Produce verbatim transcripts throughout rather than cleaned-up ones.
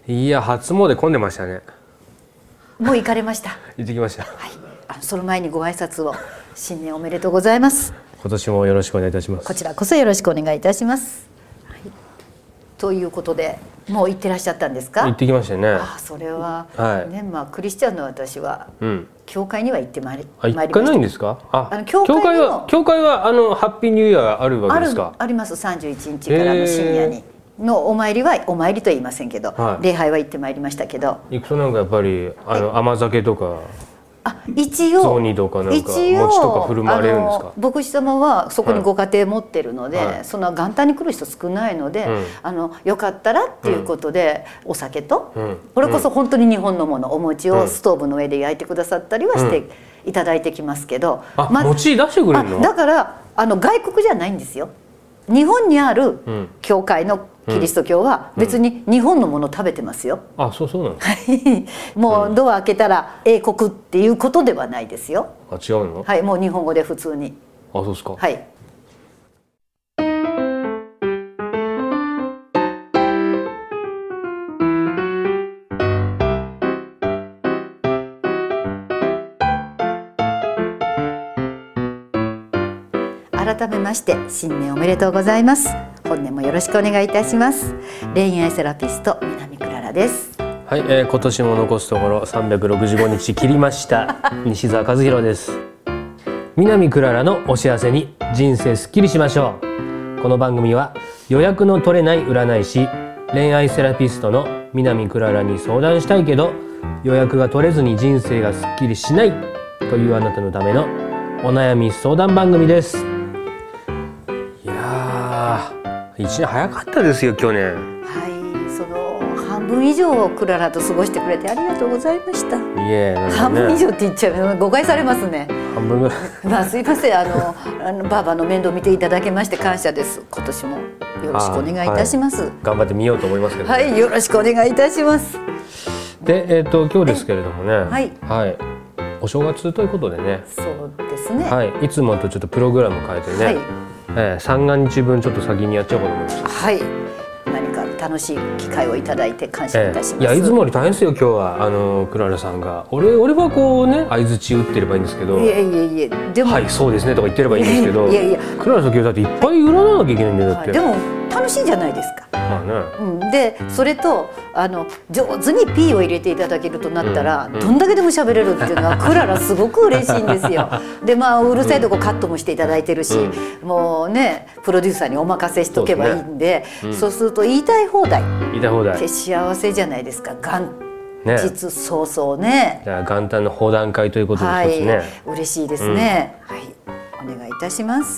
いや初詣混んでましたね。 もう行かれました。 行ってきました。 はい、あのその前にご挨拶を。新年おめでとうございます。 今年もよろしくお願いいたします。 こちらこそよろしくお願いいたします。はい、ということでもう行ってらっしゃったんですか？ 行ってきましたね。 あ、それは、はい、ね、まあクリスチャンの私は、うん、教会には行ってまいりました。 行かないんですか？あ、 あの教会には教会はあのハッピーニューイヤーあるわけですか？ あ, あります。さんじゅういちにちからの深夜にのお参りはお参りとは言いませんけど、はい、礼拝は行ってまいりましたけど。 行くとなんかやっぱりあの、はい、甘酒とか。 あ、一応雑煮とかなんか餅とか振る舞われるんですか？ 牧師様はそこにご家庭持ってるので、はい、そんな元旦に来る人少ないので、うん、あのよかったらっていうことで、うん、お酒と、うん、これこそ本当に日本のものお餅をストーブの上で焼いてくださったりはしていただいてきますけど、 うん、あ、ま、餅出してくれるの？ だからあの外国じゃないんですよ。日本にある教会のキリスト教は別に日本のもの食べてますよ。 うん、あ、そうそうなの。 もうドア開けたら英国っていうことではないですよ。 あ、違うの？ はい、もう日本語で普通に。 あ、そうですか。 はい。改めまして新年おめでとうございます。本年もよろしくお願いいたします。恋愛セラピスト南クララです。 はい、えー、今年も残すところさんびゃくろくじゅうごにち切りました西澤和弘です。南クララのお幸せに人生すっきりしましょう。この番組は予約の取れない占い師恋愛セラピストの南クララに相談したいけど予約が取れずに人生がすっきりしないというあなたのためのお悩み相談番組です。いちねん早かったですよ去年。 はい、その半分以上をクララと過ごしてくれてありがとうございました。いえ、なんかね、 半分以上って言っちゃう誤解されますね。 半分ぐらい。 まあすいません、あのあのバーバの面倒見ていただけまして感謝です。今年もよろしくお願いいたします。はい、 頑張ってみようと思いますけど、ね。 はい、よろしくお願いいたします。 で、えっと今日ですけれどもね。 はい。 はい。お正月ということでね。 そうですね。 はい。いつもとちょっとプログラム変えてね。はい。えー、三が日分ちょっと先にやっちゃおうかと思いました。 はい。何か楽しい機会をいただいて感謝いたします。 えー、いやいつもより大変ですよ今日は。あのクララさんが俺俺はこうね相槌打ってればいいんですけど。 いやいやいやでもはいそうですねとか言ってればいいんですけど。 いやいやクララさん今日だっていっぱい占わなきゃいけないんだよだって。 はい、でも楽しいじゃないですか。 まあね。 うん、でそれとあの上手に P を入れていただけるとなったら、うんうん、どんだけでも喋れるっていうのはクララすごく嬉しいんですよ。でまあうるさいとこカットもしていただいてるし、うん、もうねプロデューサーにお任せしとけばいいんで、そう、ねうん、そうすると言いたい放題言いたい放題って幸せじゃないですか。元日早々ね。 じゃあ元旦の放談会ということですね。 はい、嬉しいですね。うん、はい、お願いいたします。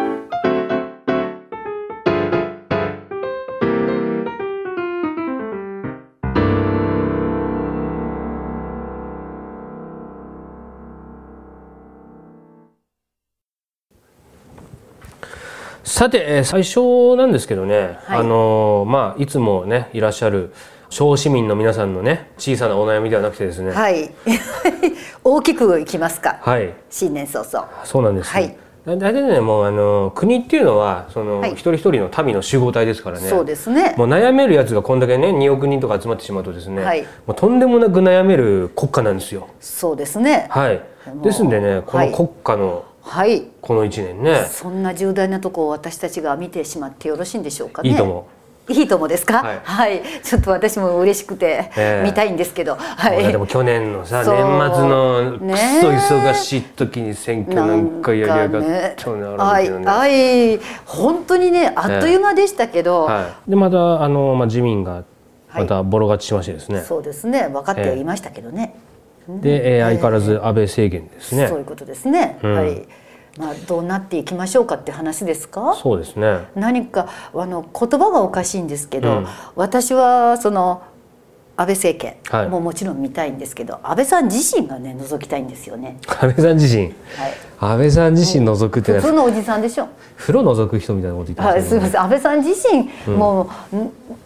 さて最初なんですけどね、はい、あのまあいつもねいらっしゃる小市民の皆さんのね小さなお悩みではなくてですね、 はい、大きくいきますか。 はい、 新年早々。 そうなんです。 はい。 大体ねもうあの国っていうのはその、はい、一人一人の民の集合体ですからね。 そうですね。 もう悩めるやつがこんだけねにおくにんとか集まってしまうとですね、はい、もうとんでもなく悩める国家なんですよ。 そうですね。 はい。ですんでねこの国家の、はい、このいちねんね、 そんな重大なとこを私たちが見てしまってよろしいんでしょうかね。 いいと思う。いいともですか。はい、はい、ちょっと私も嬉しくて、えー、見たいんですけど、はい。 でも去年のさ年末のくそ忙しい時に選挙なんかやりやがったのあるけどね。 はい、本当にねあっという間でしたけど、 えーはい、でまたあのまあ自民がまたボロ勝ちしましてですね。はい、 そうですね、分かってはいましたけどね。 えー、で、えー、相変わらず安倍政権ですね。 そういうことですね。うん、はい。まあ、どうなっていきましょうかっていう話ですか。 そうですね。 何かあの言葉がおかしいんですけど、うん、私はその安倍政権、はい、もうもちろん見たいんですけど、安倍さん自身がね覗きたいんですよね。 安倍さん自身、はい、安倍さん自身覗くって普通のおじさんでしょ。 風呂覗く人みたいなこと言ってますね。 はい、すみません。安倍さん自身、うん、もう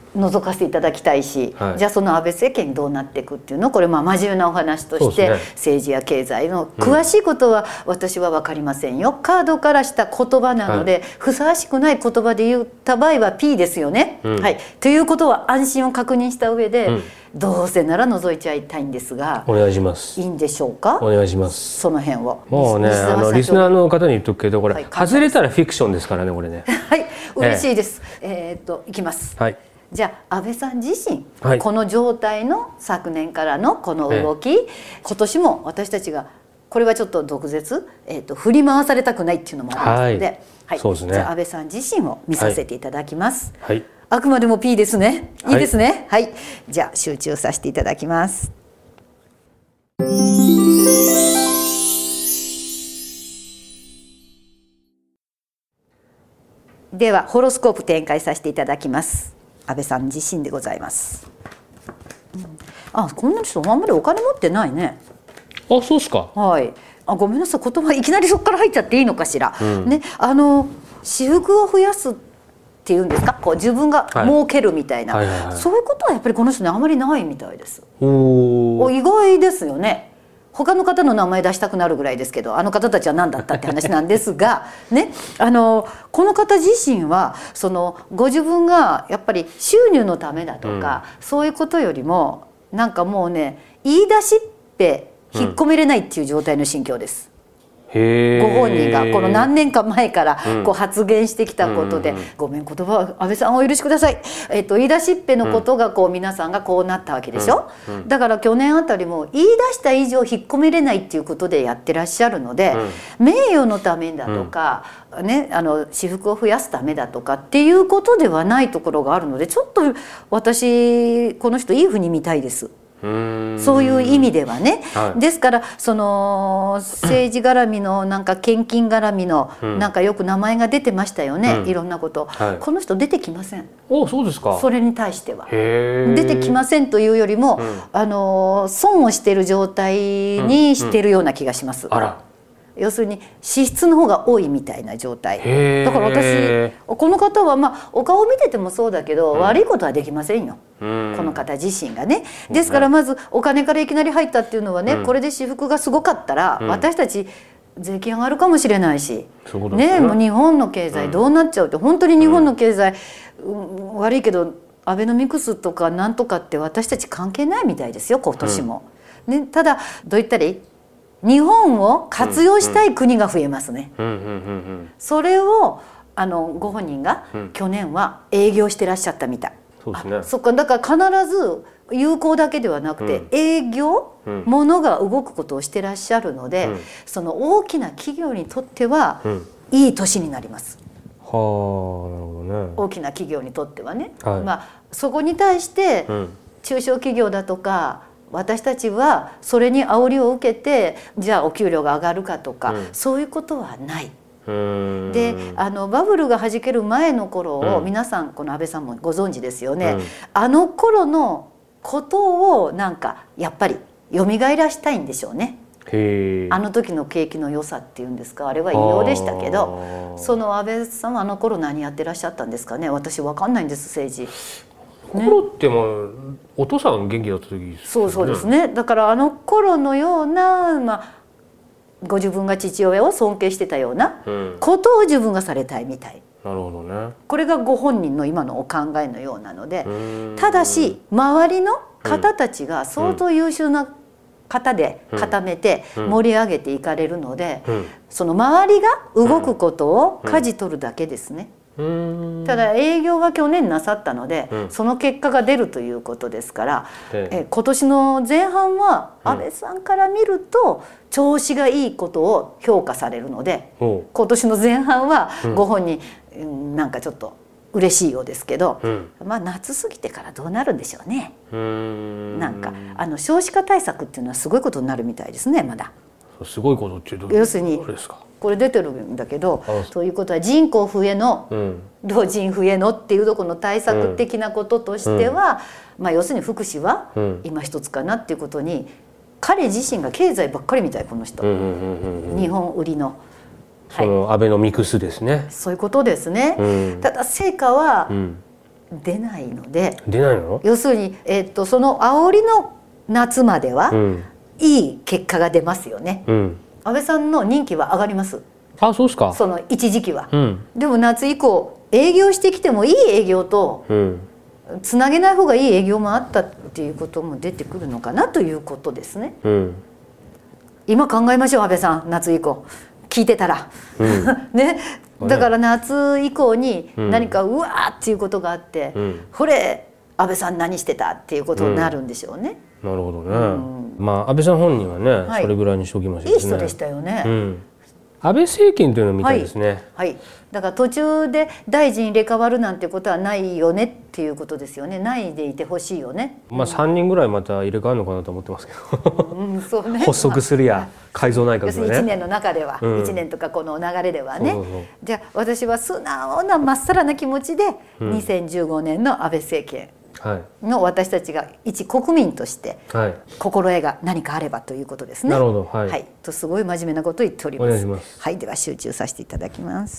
覗かせていただきたいし、はい、じゃあその安倍政権どうなっていくっていうのをこれまあ真面目なお話として、ね、政治や経済の詳しいことは私は分かりませんよ、うん、カードからした言葉なので、はい、ふさわしくない言葉で言った場合は P ですよね、うん、はい、ということは安心を確認した上で、うん、どうせなら覗いちゃいたいんですが、 お願いします。 いいんでしょうか。 お願いします。 その辺をもうね、あのリスナーの方に言っとくけど、これ、はい、外れたらフィクションですからね、これね。 はい、嬉しいです。えー、っといきます。はい。じゃあ安倍さん自身、はい、この状態の昨年からのこの動き、ええ、今年も私たちがこれはちょっと毒舌、えー、と振り回されたくないっていうのもありますので、はいはい、そうですね、じゃあ安倍さん自身を見させていただきます、はいはい、あくまでも P ですね。いいですね、はい、はい、じゃあ集中させていただきます。ではホロスコープ展開させていただきます。安倍さん自身でございます、うん、あ、こんな人あんまりお金持ってないね。 あ、そうですか。 はい、あ、ごめんなさい、言葉いきなりそこから入っちゃっていいのかしら、うん、ね、あの私服を増やすっていうんですか、こう自分が儲けるみたいな、はいはいはいはい、そういうことはやっぱりこの人にあまりないみたいです。お、意外ですよね。他の方の名前出したくなるぐらいですけど、あの方たちは何だったって話なんですがね、あのこの方自身はそのご自分がやっぱり収入のためだとか、うん、そういうことよりもなんかもうね、言い出しっぺ引っ込めれないっていう状態の心境です、うん、ご本人がこの何年か前からこう発言してきたことで、うん、ごめん、言葉は安倍さんお許しください、えっと、言い出しっぺのことがこう皆さんがこうなったわけでしょ、うんうん、だから去年あたりも言い出した以上引っ込めれないっていうことでやってらっしゃるので、うん、名誉のためだとか、うん、ね、あの私服を増やすためだとかっていうことではないところがあるので、ちょっと私この人いいふうに見たいです。そういう意味ではね、はい、ですからその政治絡みのなんか献金絡みのなんかよく名前が出てましたよね、うん、いろんなこと、はい、この人出てきません。 お、そうですか。 それに対しては出てきませんというよりも、うん、あの損をしている状態にしているような気がします、うんうん、あら、要するに支出の方が多いみたいな状態だから、私この方はまあお顔見ててもそうだけど、うん、悪いことはできませんよ、うん、この方自身がね。ですからまずお金からいきなり入ったっていうのはね、うん、これで私服がすごかったら、うん、私たち税金上がるかもしれないし、うね、もう日本の経済どうなっちゃうって、うん、本当に日本の経済、うん、悪いけどアベノミクスとかなんとかって私たち関係ないみたいですよ今年も、うん、ね、ただどう言ったらいい、日本を活用したい国が増えますね。それをあのご本人が去年は営業してらっしゃったみたい。そうですね。そっか、だから必ず有効だけではなくて、うん、営業、うん、物が動くことをしてらっしゃるので、うん、その大きな企業にとっては、うん、いい年になります。はあ、なるほどね。大きな企業にとってはね、はい、まあそこに対して、うん、中小企業だとか私たちはそれに煽りを受けてじゃあお給料が上がるかとか、うん、そういうことはない。で、あのバブルがはじける前の頃を、うん、皆さんこの安倍さんもご存知ですよね、うん、あの頃のことをなんかやっぱり蘇らしたいんでしょうね。あの時の景気の良さっていうんですか、あれは異様でしたけど、その安倍さんはあの頃何やってらっしゃったんですかね。私分かんないんです、政治。 頃ってもうお父さん元気だった時ですよね。 そうそうですね。だからあの頃のような、まあ、ご自分が父親を尊敬してたようなことを自分がされたいみたい。 なるほどね。 これがご本人の今のお考えのようなので、ただし周りの方たちが相当優秀な方で固めて盛り上げていかれるので、その周りが動くことを舵取るだけですね。ただ営業は去年なさったので、うん、その結果が出るということですから、え今年の前半は安倍さんから見ると調子がいいことを評価されるので、うん、今年の前半はご本人、うん、なんかちょっと嬉しいようですけど、うん、まあ夏過ぎてからどうなるんでしょうね。うーん、なんかあの少子化対策っていうのはすごいことになるみたいですね。まだすごいことってどう要するにこれ出てるんだけど、ということは人口増えの、うん、老人増えのっていうところの対策的なこととしては、うん、まあ要するに福祉は今一つかなっていうことに、彼自身が経済ばっかりみたいこの人、日本売りの。 そのアベノミクスですね。 そういうことですね。うん、ただ成果は出ないので、 出ないの？ 要するに、えー、とその煽りの夏までは、うん、いい結果が出ますよね、うん、安倍さんの任期は上がります。 あ、そうですか。 その一時期は、うん、でも夏以降営業してきてもいい営業と、うん、つなげない方がいい営業もあったっていうことも出てくるのかなということですね、うん、今考えましょう。安倍さん夏以降聞いてたら、うん、ね、だから夏以降に何かうわーっていうことがあって、うん、ほれ安倍さん何してたっていうことになるんでしょうね、 うん、なるほどね、うん、まあ安倍さん本人はね、はい、それぐらいにしておきましょうね。 いい人でしたよね、うん、 安倍政権というのを見たいですね、 はい、はい、だから途中で大臣入れ替わるなんてことはないよねっていうことですよね。ないでいてほしいよね。 まあさんにんぐらいまた入れ替わるのかなと思ってますけど、うん、そうね、発足するや改造内閣がね、要するにいちねんの中では、うん、いちねんとかこの流れではね。そうそうそう、じゃあ私は素直なまっさらな気持ちで、うん、にせんじゅうごねんの安倍政権の私たちが一国民として心得が何かあればということですね。なるほど、はい、 はい、とすごい真面目なことを言っております。 お願いします。 はい、では集中させていただきます。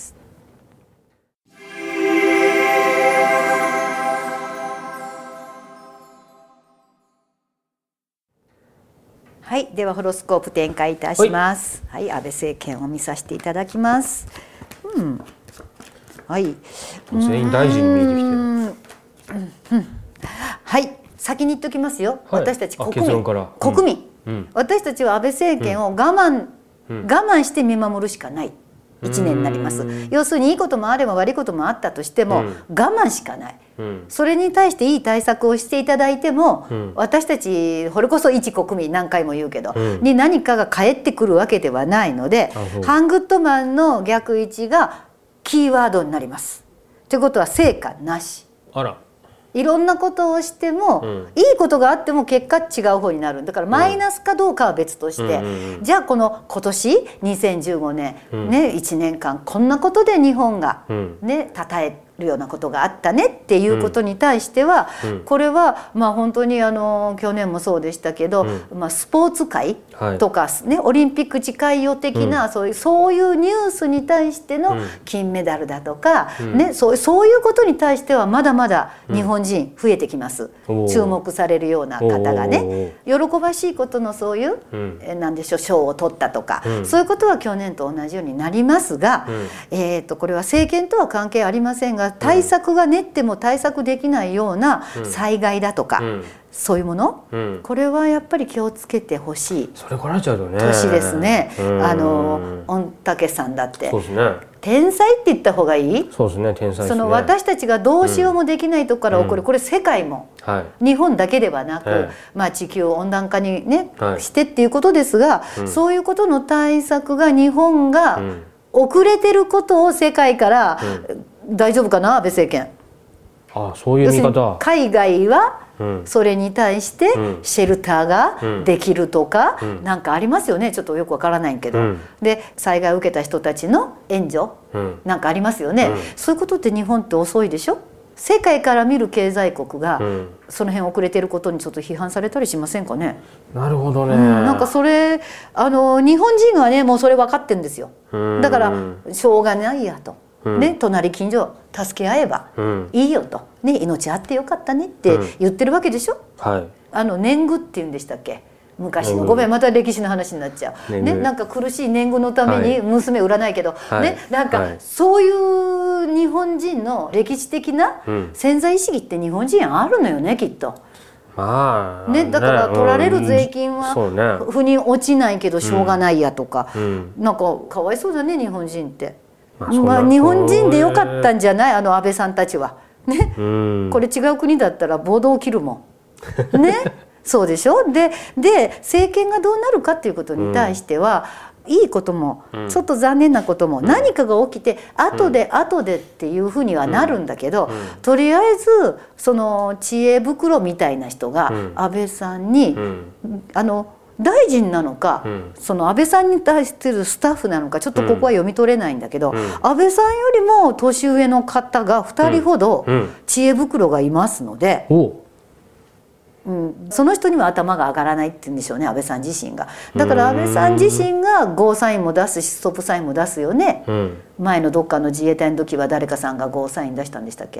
はい、ではホロスコープ展開いたします。はい、はい、安倍政権を見させていただきます。うん、はい。 全員大臣に見えてきてる。うんうん、はい、先に言っときますよ、はい、私たち国民、 から国民、うん、私たちは安倍政権を我慢、うん、我慢して見守るしかないいちねんになります。要するにいいこともあれば悪いこともあったとしても、うん、我慢しかない、うん、それに対していい対策をしていただいても、うん、私たちこれこそ一国民何回も言うけど、うん、に何かが返ってくるわけではないので、ハングッドマンの逆位置がキーワードになります。ということは成果なし。 あら、 いろんなことをしても、うん、いいことがあっても結果違う方になる。だからマイナスかどうかは別として、うんうんうん、じゃあこの今年にせんじゅうごねん、うん、ね、いちねんかんこんなことで日本が、ね、称えるようなことがあったねっていうことに対しては、うん、これはまあ本当にあの去年もそうでしたけど、うん、まあ、スポーツ界とか、ね、はい、オリンピック誓いよ的な、うん、そういう、そういうニュースに対しての金メダルだとか、うん、ね、そう、そういうことに対してはまだまだ日本人増えてきます、うん、注目されるような方がね、喜ばしいことのそういう、うん、えなんでしょう、賞を取ったとか、うん、そういうことは去年と同じようになりますが、うん、えーとこれは政権とは関係ありませんが、対策が練っても対策できないような災害だとか、うん、そういうもの、うん、これはやっぱり気をつけてほしい。 それ来られちゃうとね、 年ですね。あの御嶽さんだって、 そうですね、 天才って言った方がいい。 そうですね、天才ですね。 その私たちがどうしようもできないところから起こる、うん、これ世界も、はい、日本だけではなく、はい、まあ、地球温暖化にね、はい、してっていうことですが、うん、そういうことの対策が日本が遅れてることを世界から、うん、大丈夫かな安倍政権。 ああ、そういう見方。 海外はそれに対してシェルターができるとか、うん、なんかありますよね、ちょっとよくわからないけど、うん、で災害を受けた人たちの援助、うん、なんかありますよね、うん、そういうことって日本って遅いでしょ。世界から見る経済国がその辺遅れてることにちょっと批判されたりしませんかね。 なるほどね、 うん、なんかそれあの日本人はねもうそれ分かってるんですよ。だからしょうがないやと、うん、ね、隣近所助け合えばいいよと、ね、命あってよかったねって言ってるわけでしょ、うん、はい、あの年貢っていうんでしたっけ、昔の、ごめんまた歴史の話になっちゃう、ね、なんか苦しい年貢のために娘売らないけど、はい、ね、なんかそういう日本人の歴史的な潜在意識って日本人あるのよね、きっと。 まあね、だから取られる税金は腑に落ちないけどしょうがないやとか、うん、なんかかわいそうだね日本人って。まあ、まあ日本人でよかったんじゃない、あの安倍さんたちはね、うん、これ違う国だったら暴動起きるもんねそうでしょ。でで政権がどうなるかっていうことに対しては、うん、いいことも、うん、ちょっと残念なことも、うん、何かが起きて後で、うん、後でっていうふうにはなるんだけど、うん、とりあえずその知恵袋みたいな人が安倍さんに、うん、あの大臣なのか、うん、その安倍さんに対するスタッフなのかちょっとここは読み取れないんだけど、うん、安倍さんよりも年上の方がふたりほど知恵袋がいますので、うん、その人には頭が上がらないって言うんでしょうね、安倍さん自身が。だから安倍さん自身がゴーサインも出すしストップサインも出すよね、うん、前のどっかの自衛隊の時は誰かさんがゴーサイン出したんでしたっけ。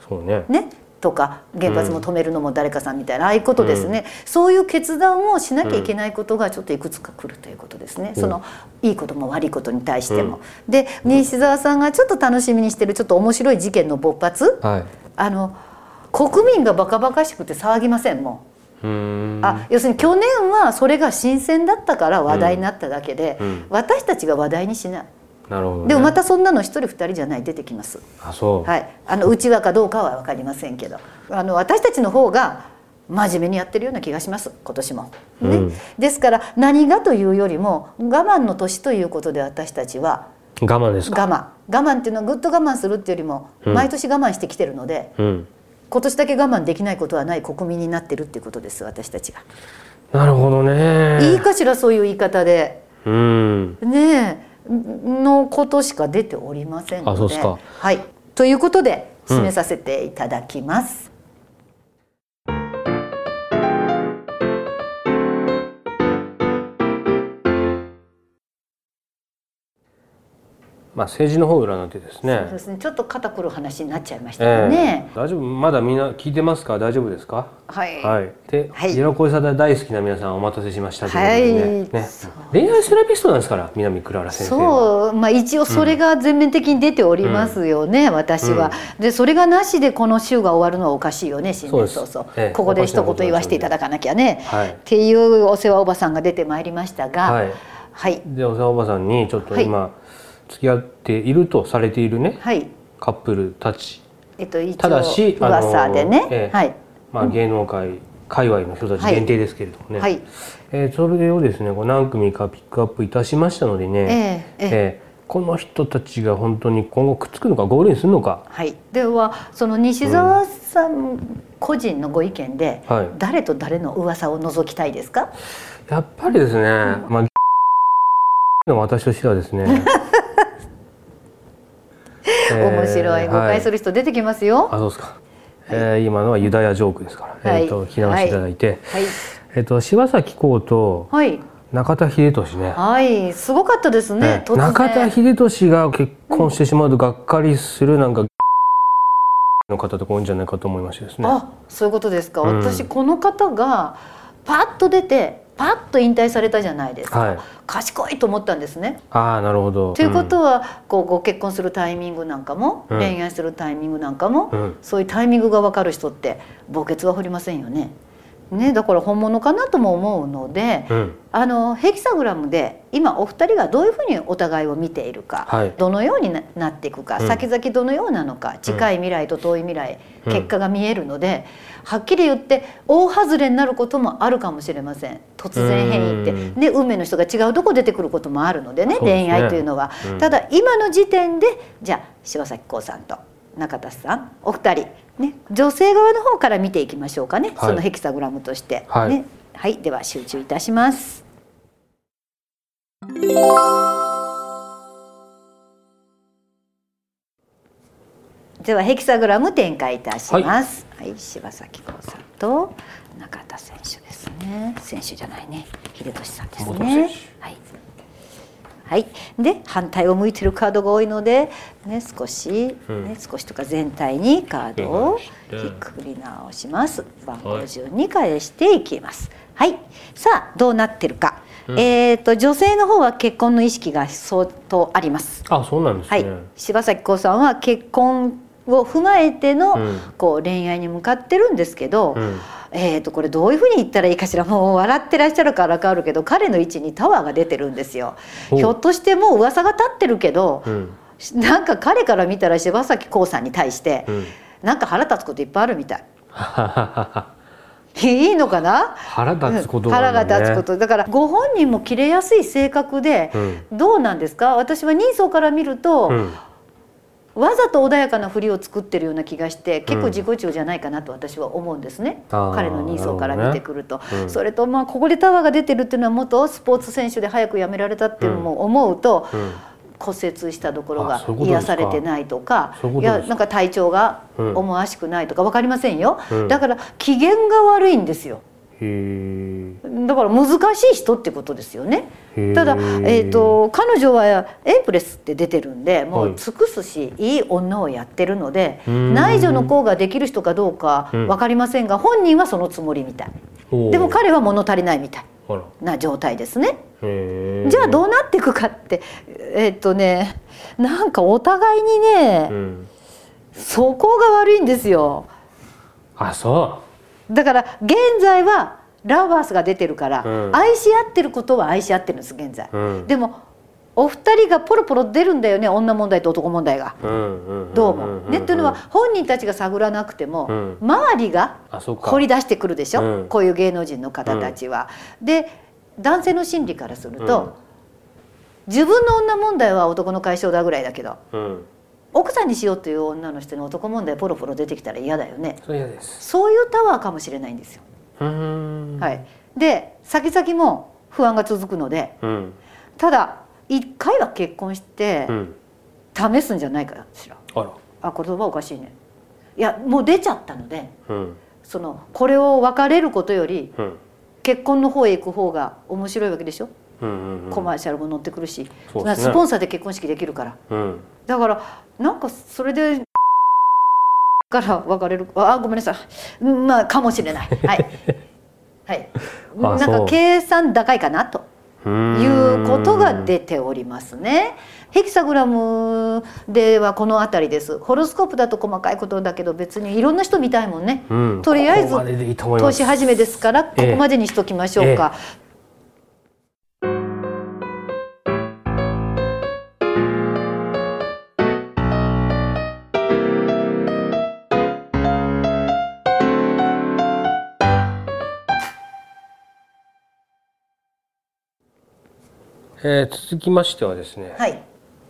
そうね。 ねとか原発も止めるのも誰かさんみたいな、ああいうことですね、うん、そういう決断をしなきゃいけないことがちょっといくつか来るということですね、うん、そのいいことも悪いことに対しても、うん、で西澤さんがちょっと楽しみにしてるちょっと面白い事件の勃発、はい、あの国民がバカバカしくて騒ぎませんもん。うーんあ要するに去年はそれが新鮮だったから話題になっただけで、うんうん、私たちが話題にしない。なるほどね、でもまたそんなの一人二人じゃない出てきます。あそう、はい、あのうちわかどうかは分かりませんけど、あの私たちの方が真面目にやってるような気がします今年も、ねうん、ですから何がというよりも我慢の年ということで私たちは我慢ですか。 我慢我慢っていうのはぐっと我慢するっていうよりも毎年我慢してきてるので、うん、今年だけ我慢できないことはない国民になってるっていうことです私たちが。 なるほどね。 いいかしらそういう言い方で、うん、ねえのことしか出ておりませんので。あ、そうですか。はい、ということで締めさせていただきます。うん、 まあ政治の方を占ってですね。 そうですね。ちょっと肩くる話になっちゃいましたよね。 えー、大丈夫？まだみんな聞いてますか？大丈夫ですか？ はい。 はい。で、ジェラコイサダ大好きな皆さんお待たせしましたということでね。ね、恋愛セラピストなんですから南クララ先生は。 そう、まあ一応それが全面的に出ておりますよね、うん、私は、うん。でそれがなしでこの週が終わるのはおかしいよね。新年早々、ええ、ここで一言言わせていただかなきゃね。はい、っていうお世話おばさんが出てまいりましたが、はい。はい、 でお世話おばさんにちょっと今、はい、付き合っているとされているね、はい、カップルたち、 えっと、一応ただし噂でね、 えーはいまあ、芸能界界隈の人たち限定ですけれどもね、はいはいえー、それをですね何組かピックアップいたしましたのでね、えーえーえー、この人たちが本当に今後くっつくのかゴールインするのか、 はい、ではその西澤さん個人のご意見で、うんはい、誰と誰の噂を除きたいですか？ やっぱりですね、うんまあ、私としてはですね面白い誤解する人出てきますよ。 はい、あ、そうですか。はい、えー、今のはユダヤジョークですから、はい、えっと聞き直していただいて、はいはい、えっと柴咲コウと中田英寿ね。 はい、すごかったですね。 え中田英寿が結婚してしまうとがっかりするなんか、うん、の方とか多いんじゃないかと思いましてですね。 あ、そういうことですか。うん、私この方がパッと出て。パッと引退されたじゃないですか、はい、賢いと思ったんですね。 ああ、なるほど。 ということは、うん、こうご結婚するタイミングなんかも、うん、恋愛するタイミングなんかも、うん、そういうタイミングが分かる人って墓穴は掘りませんよね。ね、だから本物かなとも思うので、うん、あのヘキサグラムで今お二人がどういうふうにお互いを見ているか、はい、どのように な, なっていくか、うん、先々どのようなのか、近い未来と遠い未来、うん、結果が見えるので、はっきり言って大外れになることもあるかもしれません。突然変異って、ね、運命の人が違うとこ出てくることもあるので ね, でね恋愛というのは、うん、ただ今の時点でじゃあ柴咲コウさんと中田さんお二人、ね、女性側の方から見ていきましょうかね、はい、そのヘキサグラムとして、はいねはい、では集中いたします。ではヘキサグラム展開いたします。はい、はい、柴咲コウさんと中田選手ですね。選手じゃないね、秀俊さんですね。はい。はい、で反対を向いてるカードが多いので、ね、少し、ねうん、少しとか全体にカードをひっくり直します。番号順に返していきます。はい、さあどうなってるか。うん、えっと女性の方は結婚の意識が相当あります。 あ、そうなんですね。 はい、柴咲コウさんは結婚を踏まえての、うん、こう恋愛に向かってるんですけど、うん、えーとこれどういうふうに言ったらいいかしら。もう笑ってらっしゃるから分かるけど、彼の位置にタワーが出てるんですよ。ひょっとしてもう噂が立ってるけど、うん、なんか彼から見たら柴咲コウさんに対して、うん、なんか腹立つこといっぱいあるみたい。いいのかな。 腹立つことが、 ね、腹が立つことだからご本人も切れやすい性格で、うん、どうなんですか。私は人相から見ると、うんわざと穏やかな振りを作ってるような気がして結構自己中じゃないかなと私は思うんですね、うん、彼の人相から見てくると、ねうん、それとまあここでタワーが出てるっていうのは元スポーツ選手で早く辞められたっていうのも思うと、うんうん、骨折したところが癒されてないとか、いやなんか体調が思わしくないとか分かりませんよ、うん、だから機嫌が悪いんですよ。 へだから難しい人ってことですよね。 へただ、えー、と彼女はエイプレスって出てるんでもう尽くすし、はい、いい女をやってるので内助の功ができる人かどうか分かりませんが、うん、本人はそのつもりみたい。でも彼は物足りないみたいな状態ですね。じゃあどうなっていくかってえっ、ー、とねなんかお互いにね、うん、そこが悪いんですよ。 あ、そうだから現在はラバースが出てるから、うん、愛し合ってることは愛し合ってるんです現在、うん、でもお二人がポロポロ出るんだよね、女問題と男問題が、どうもね。というのは本人たちが探らなくても、うん、周りが掘り出してくるでしょ、うん、こういう芸能人の方たちは、うん、で男性の心理からすると、うん、自分の女問題は男の解消だぐらいだけど、うん、奥さんにしようという女の人に男問題ポロポロ出てきたら嫌だよね。 そう嫌です。 そういうタワーかもしれないんですよ。はい、で先々も不安が続くので、うん、ただいっかいは結婚して試すんじゃないかしら。あら、あ、言葉おかしいね。いやもう出ちゃったので、うん、そのこれを別れることより、うん、結婚の方へ行く方が面白いわけでしょ、うんうんうん、コマーシャルも乗ってくるし、ね、スポンサーで結婚式できるから、うん、だからなんかそれでから別れる、あ、ごめんなさい、まあかもしれない、はいはい、なんか計算高いかなということが出ておりますね。ヘキサグラムではこの辺りです。ホロスコープだと細かいことだけど別にいろんな人見たいもんね、うん、とりあえず年始めですからここまでにしときましょうか。えええー、続きましてはですね、 はい、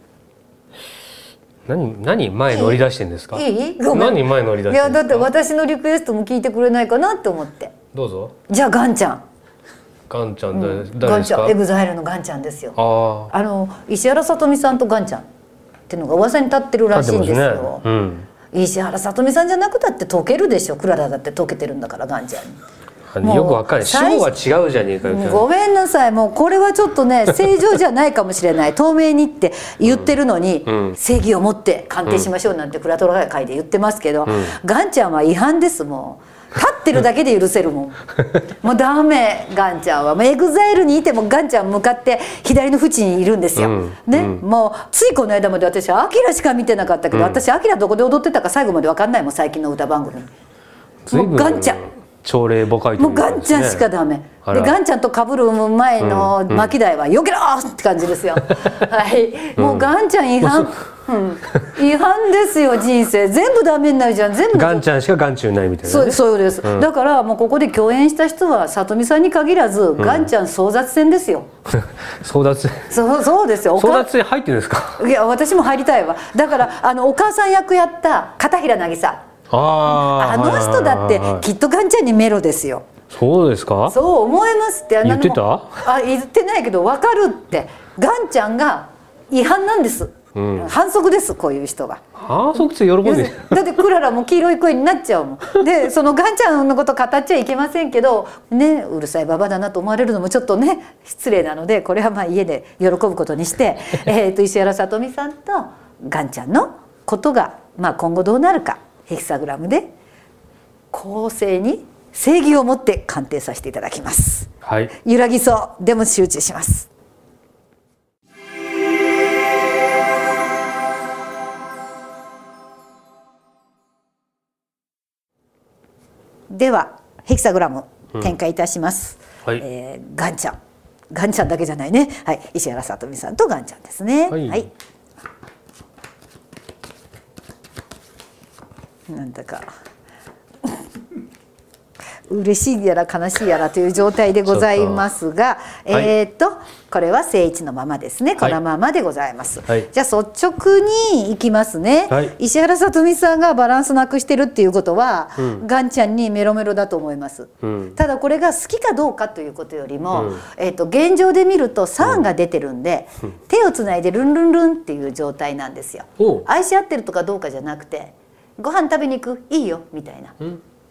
何何前乗り出してんですか。 いい？いい？ごめん。 何前乗り出してんですか。いやだって私のリクエストも聞いてくれないかなって思って。 どうぞ。 じゃあガンちゃん。 ガンちゃん誰、うん、 誰ですか。ガンちゃん、エグザイルのガンちゃんですよ。ああの石原さとみさんとガンちゃんっていうのが噂に立ってるらしいんですよ。すね、うん、石原さとみさんじゃなくたって解けるでしょ。クララだって解けてるんだからガンちゃんに。 よくわかんない。主語が違うじゃねえかよ。 ごめんなさい、もうこれはちょっとね正常じゃないかもしれない。透明にって言ってるのに、うん、正義を持って鑑定しましょうなんてクラトラ会で言ってますけど、うん、ガンちゃんは違反です。もう立ってるだけで許せるもんもうダメ。ガンちゃんはもうエグザイルにいてもガンちゃん向かって左の縁にいるんですよ、うん、ね、うん、もうついこの間まで私はアキラしか見てなかったけど、うん、私アキラどこで踊ってたか最後まで分かんないもん最近の歌番組。もうガンちゃん朝礼母会、 もうガンちゃんしかダメで、ガンちゃんと被る前の巻き台は「よけろ!」って感じですよはい、もうガンちゃん違反、うん、違反ですよ。人生全部ダメになるじゃん。全部ガンちゃんしかガンチュないみたいな、ね、 そう、そうです、うん、だからもうここで共演した人は里見さんに限らず、うん、ガンちゃん争奪戦ですよ争奪戦そう、そうですよ。 争奪戦入ってるんですか。 いや私も入りたいわ。だからあのお母さん役やった片平渚、あ, あの人だってきっとガンちゃんにメロですよ。 そうですか。 そう思いますって。 言ってた？ あ、言ってないけど分かるって。ガンちゃんが違反なんです、うん、反則です。こういう人が反則って喜んでだってクララも黄色い声になっちゃうもんでそのガンちゃんのこと語っちゃいけませんけどね、うるさいババだなと思われるのもちょっとね失礼なので、これはまあ家で喜ぶことにしてえと石原さとみさんとガンちゃんのことが、まあ、今後どうなるかヘキサグラムで公正に正義を持って鑑定させていただきます、はい、揺らぎそうでも集中します。ではヘキサグラム展開いたします、うん、はい、えー、ガンちゃんガンちゃんだけじゃないね、はい、石原さとみさんとガンちゃんですね。はい、はい、なんだか嬉しいやら悲しいやらという状態でございますが、えっとこれは正位置のままですね。このままでございます、はい、じゃあ率直にいきますね、はい、石原さとみさんがバランスなくしてるっていうことは、うん、ガンちゃんにメロメロだと思います、うん、ただこれが好きかどうかということよりも、うん、えー、と現状で見るとさんが出てるんで、うん、手をつないでルンルンルンっていう状態なんですよ。愛し合ってるとかどうかじゃなくてご飯食べに行くいいよみたいな、うん、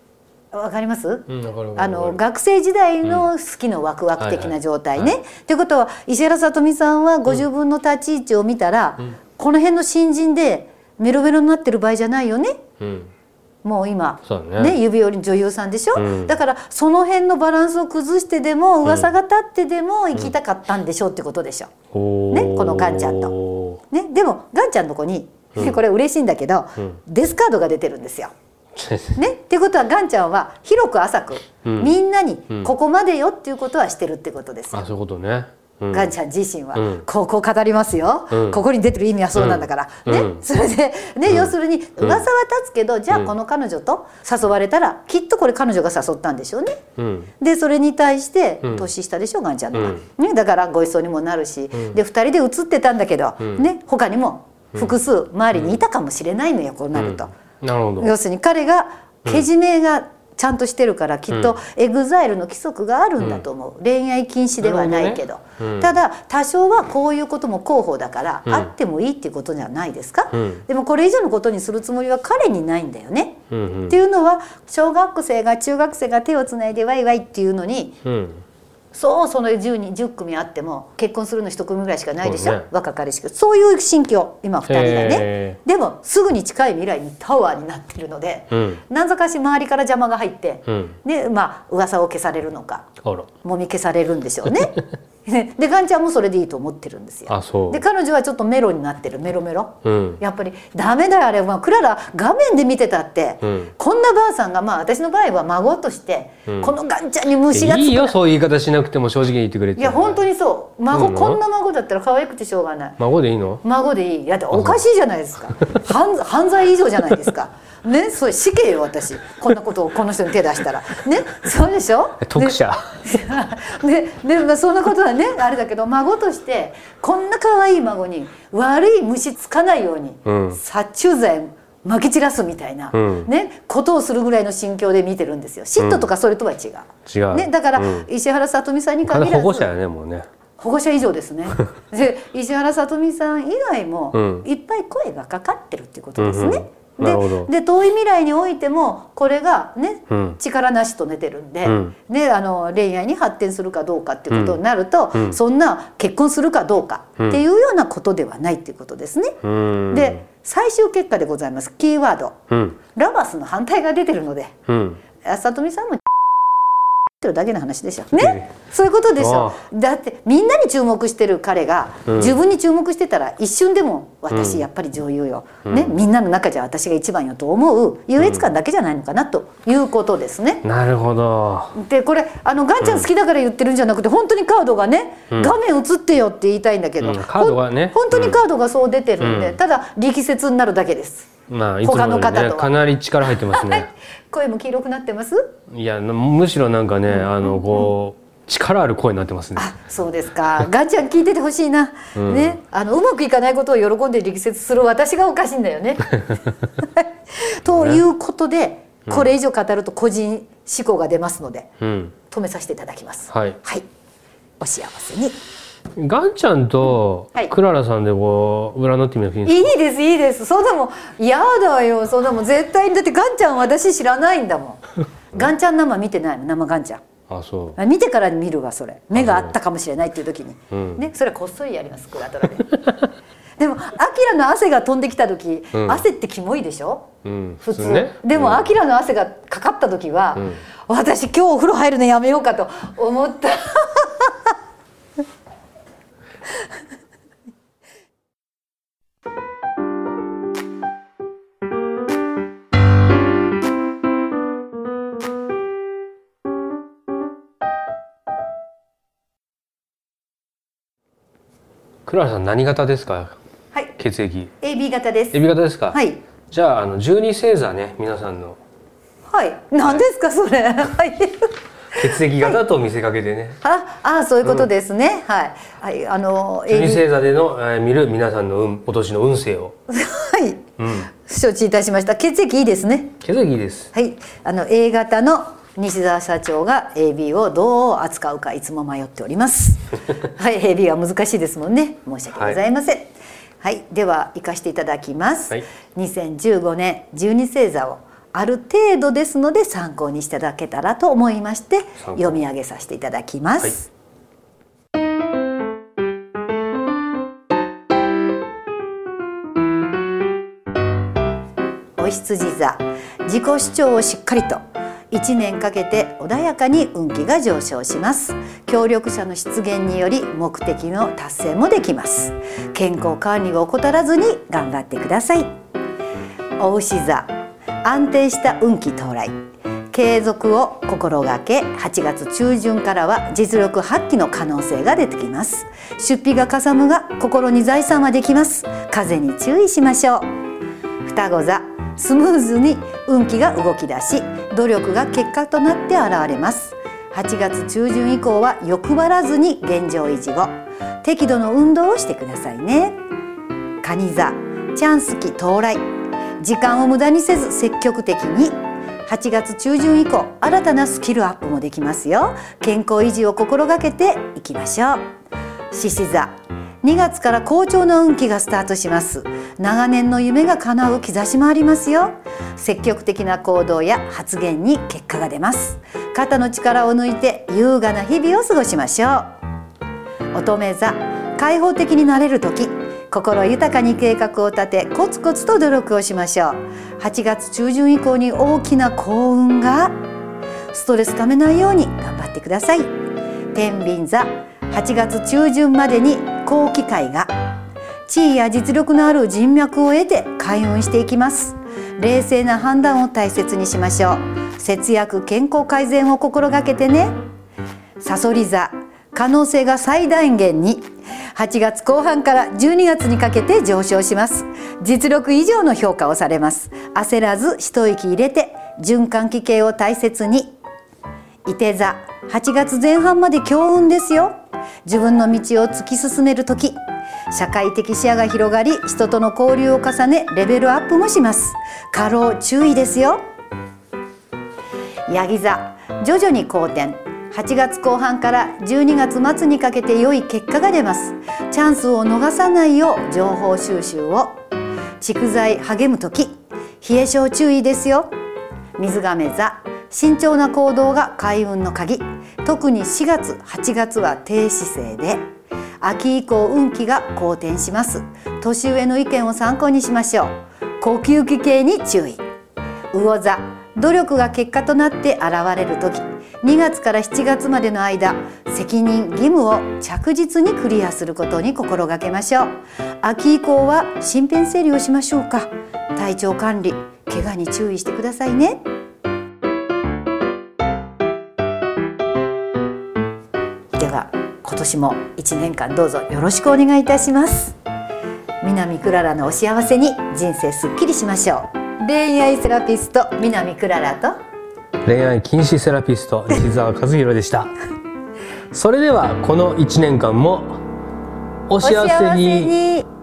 わかります？ うん、わかるわかる。 あの学生時代の好きのワクワク的な状態ね。ということは石原さとみさんはご自分の立ち位置を見たら、うん、この辺の新人でメロメロになってる場合じゃないよね。うん、もう今ね、ね、指折り女優さんでしょ、うん、だからその辺のバランスを崩してでも噂が立ってでも行きたかったんでしょうってことでしょ、うん、ね、このガンちゃんと、ね、でもガンちゃんの子に、うん、これ嬉しいんだけど、うん、デスカードが出てるんですよ。ね、っていうことはガンちゃんは広く浅く、うん、みんなにここまでよっていうことはしてるってことですよ。 あ、そういうことね。うん、 ガンちゃん自身は、うん、ここ語りますよ、うん、ここに出てる意味はそうなんだから、うん、ね、それで、ね、うん、要するに噂は立つけど、じゃあこの彼女と誘われたらきっとこれ彼女が誘ったんでしょうね、うん、でそれに対して年下でしょ、ガンちゃんのが、うん、ね、だからご一緒にもなるし、うん、でふたりで写ってたんだけど、うん、ね、他にも複数周りにいたかもしれないのよ、こうなると、 うん、なるほど。要するに彼がけじめがちゃんとしてるから、きっとエグザイルの規則があるんだと思う、うん、恋愛禁止ではないけど、ね、うん、ただ多少はこういうことも広報だから、うん、あってもいいっていうことじゃないですか、うん、でもこれ以上のことにするつもりは彼にないんだよね、うんうん、っていうのは小学生が中学生が手をつないでワイワイっていうのに、うん、そうそのじゅうにんじゅっくみあっても結婚するのひとくみぐらいしかないでしょ、ね、若かりしく、そういう心境今ふたりがね。でもすぐに近い未来にタワーになってるので、うん、何ぞかし周りから邪魔が入って、うん、でまあ噂を消されるのかもみ消されるんでしょうね。でガンちゃんもそれでいいと思ってるんですよ。 あ、そう。 で彼女はちょっとメロになってる、メロメロ、うん、やっぱりダメだよあれ、まあ、クララ画面で見てたって、うん、こんなばあさんが、まあ私の場合は孫として、うん、このガンちゃんに虫がつく。 いいよそういう言い方しなくても正直に言ってくれて。 いや本当にそう、孫、うん、こんな孫だったら可愛くてしょうがない。 孫でいいの？ 孫でいい。だっておかしいじゃないですか。犯, 犯罪以上じゃないですか。ね、それ死刑よ私、こんなことをこの人に手出したらね、そうでしょ。 特赦で, で, で、まあ、そんなことはねあれだけど、孫としてこんな可愛い孫に悪い虫つかないように、うん、殺虫剤まき散らすみたいな、うん、ね、ことをするぐらいの心境で見てるんですよ。嫉妬とかそれとは違う、 違う、 ね、だから、うん、石原さとみさんに限らず保護者やね、もうね保護者以上ですね。で石原さとみさん以外も、うん、いっぱい声がかかってるっていうことですね、うんうん、で, で遠い未来においてもこれがね、うん、力なしと寝てるんで、うん、であの恋愛に発展するかどうかっていうことになると、うん、そんな結婚するかどうかっていうようなことではないっていうことですね、うん、で最終結果でございます。キーワード、うん、ラバースの反対が出てるので、うん、さとみさんもってるだけの話でしょね、そういうことでしょ。だってみんなに注目してる彼が、うん、自分に注目してたら一瞬でも私やっぱり女優よ、うん、ね、みんなの中じゃ私が一番よと思う優越感だけじゃないのかなということですね、 うん、なるほど。 でこれあのガンちゃん好きだから言ってるんじゃなくて、本当にカードがね、うん、画面映ってよって言いたいんだけど、うん、 カードがね本当にカードがそう出てるんで、うん、ただ力説になるだけです。 まあ、いつもよりね、他の方とはかなり力入ってますね。 声も黄色くなってます？ いやむしろなんかね、うん、あのこう力ある声になってますね。 あ、そうですか。ガンちゃん聞いててほしいな、うん、ね、あのうまくいかないことを喜んで力説する私がおかしいんだよね。ということで、これ以上語ると個人思考が出ますので、うん、止めさせていただきます。はい、はい、お幸せに。 ガンちゃんとクララさんでこう占ってみなくていいですか？いいですいいです。そんなもん嫌だよ。そんなもん絶対に。だってガンちゃん私知らないんだもん。ガンちゃん生見てないの、生ガンちゃん。 あ、そう。 見てから見るわそれ。目があったかもしれないっていう時に、うん、ね、それはこっそりやります、クラトラで。でもアキラの汗が飛んできた時、うん、汗ってキモいでしょ、うん、普通、普通ね、でも、うん、アキラの汗がかかった時は、うん、私今日お風呂入るのやめようかと思った。 クララさん何型ですか？ はい、 血液エービー 型です。 エービー 型ですか？ はい。 じゃあ、あの十二星座ね、皆さんの。 はい。何ですかそれ。はい。 血液型と見せかけてね。 はい、ああ、そういうことですね。うん、はい。はい、あの十二星座での、えー、見る皆さんの運、今年の運勢を。 はい。うん。承知いたしました。血液いいですね。 血液いいです。 はい。あの A 型の西澤社長が エービー をどう扱うかいつも迷っております。はい、エービー は難しいですもんね。申し訳ございません。はい、はい、では行かしていただきます。はい、にせんじゅうごねんじゅうに星座をある程度ですので参考にしていただけたらと思いまして読み上げさせていただきます。はい、お羊座、自己主張をしっかりといちねんかけて穏やかに運気が上昇します。協力者の出現により目的の達成もできます。健康管理を怠らずに頑張ってください。お牛座、安定した運気到来、継続を心がけ、はちがつ中旬からは実力発揮の可能性が出てきます。出費がかさむが心に財産はできます。風に注意しましょう。双子座、スムーズに運気が動き出し、努力が結果となって現れます。はちがつ中旬以降は欲張らずに現状維持を、適度の運動をしてくださいね。蟹座、チャンス期到来、時間を無駄にせず積極的に、はちがつ中旬以降新たなスキルアップもできますよ。健康維持を心がけていきましょう。獅子座、にがつから好調な運気がスタートします。長年の夢が叶う兆しもありますよ。積極的な行動や発言に結果が出ます。肩の力を抜いて優雅な日々を過ごしましょう。乙女座、開放的になれる時、心豊かに計画を立てコツコツと努力をしましょう。はちがつ中旬以降に大きな幸運が、ストレスためないように頑張ってください。天秤座、はちがつ中旬までに好機会が、地位や実力のある人脈を得て開運していきます。冷静な判断を大切にしましょう。節約、健康改善を心がけてね。蠍座、可能性が最大限にはちがつこう半からじゅうにがつにかけて上昇します。実力以上の評価をされます。焦らず一息入れて循環器系を大切に。いて座、はちがつぜん半まで強運ですよ。自分の道を突き進める時、社会的視野が広がり、人との交流を重ねレベルアップもします。過労注意ですよ。ヤギ座、徐々に好転、はちがつこう半からじゅうにがつ末にかけて良い結果が出ます。チャンスを逃さないよう情報収集を。蓄財励む時、冷え性注意ですよ。水亀座、慎重な行動が開運の鍵。特にしがつ、はちがつは低姿勢で、秋以降運気が好転します。年上の意見を参考にしましょう。呼吸器系に注意。魚座、努力が結果となって現れる時、にがつからしちがつまでの間、責任義務を着実にクリアすることに心がけましょう。秋以降は身辺整理をしましょうか。体調管理、怪我に注意してくださいね。では今年もいちねんかんどうぞよろしくお願いいたします。南クララのお幸せに人生すっきりしましょう。恋愛セラピスト南クララと恋愛禁止セラピスト西澤和弘でしたそれではこのいちねんかんもお幸せに。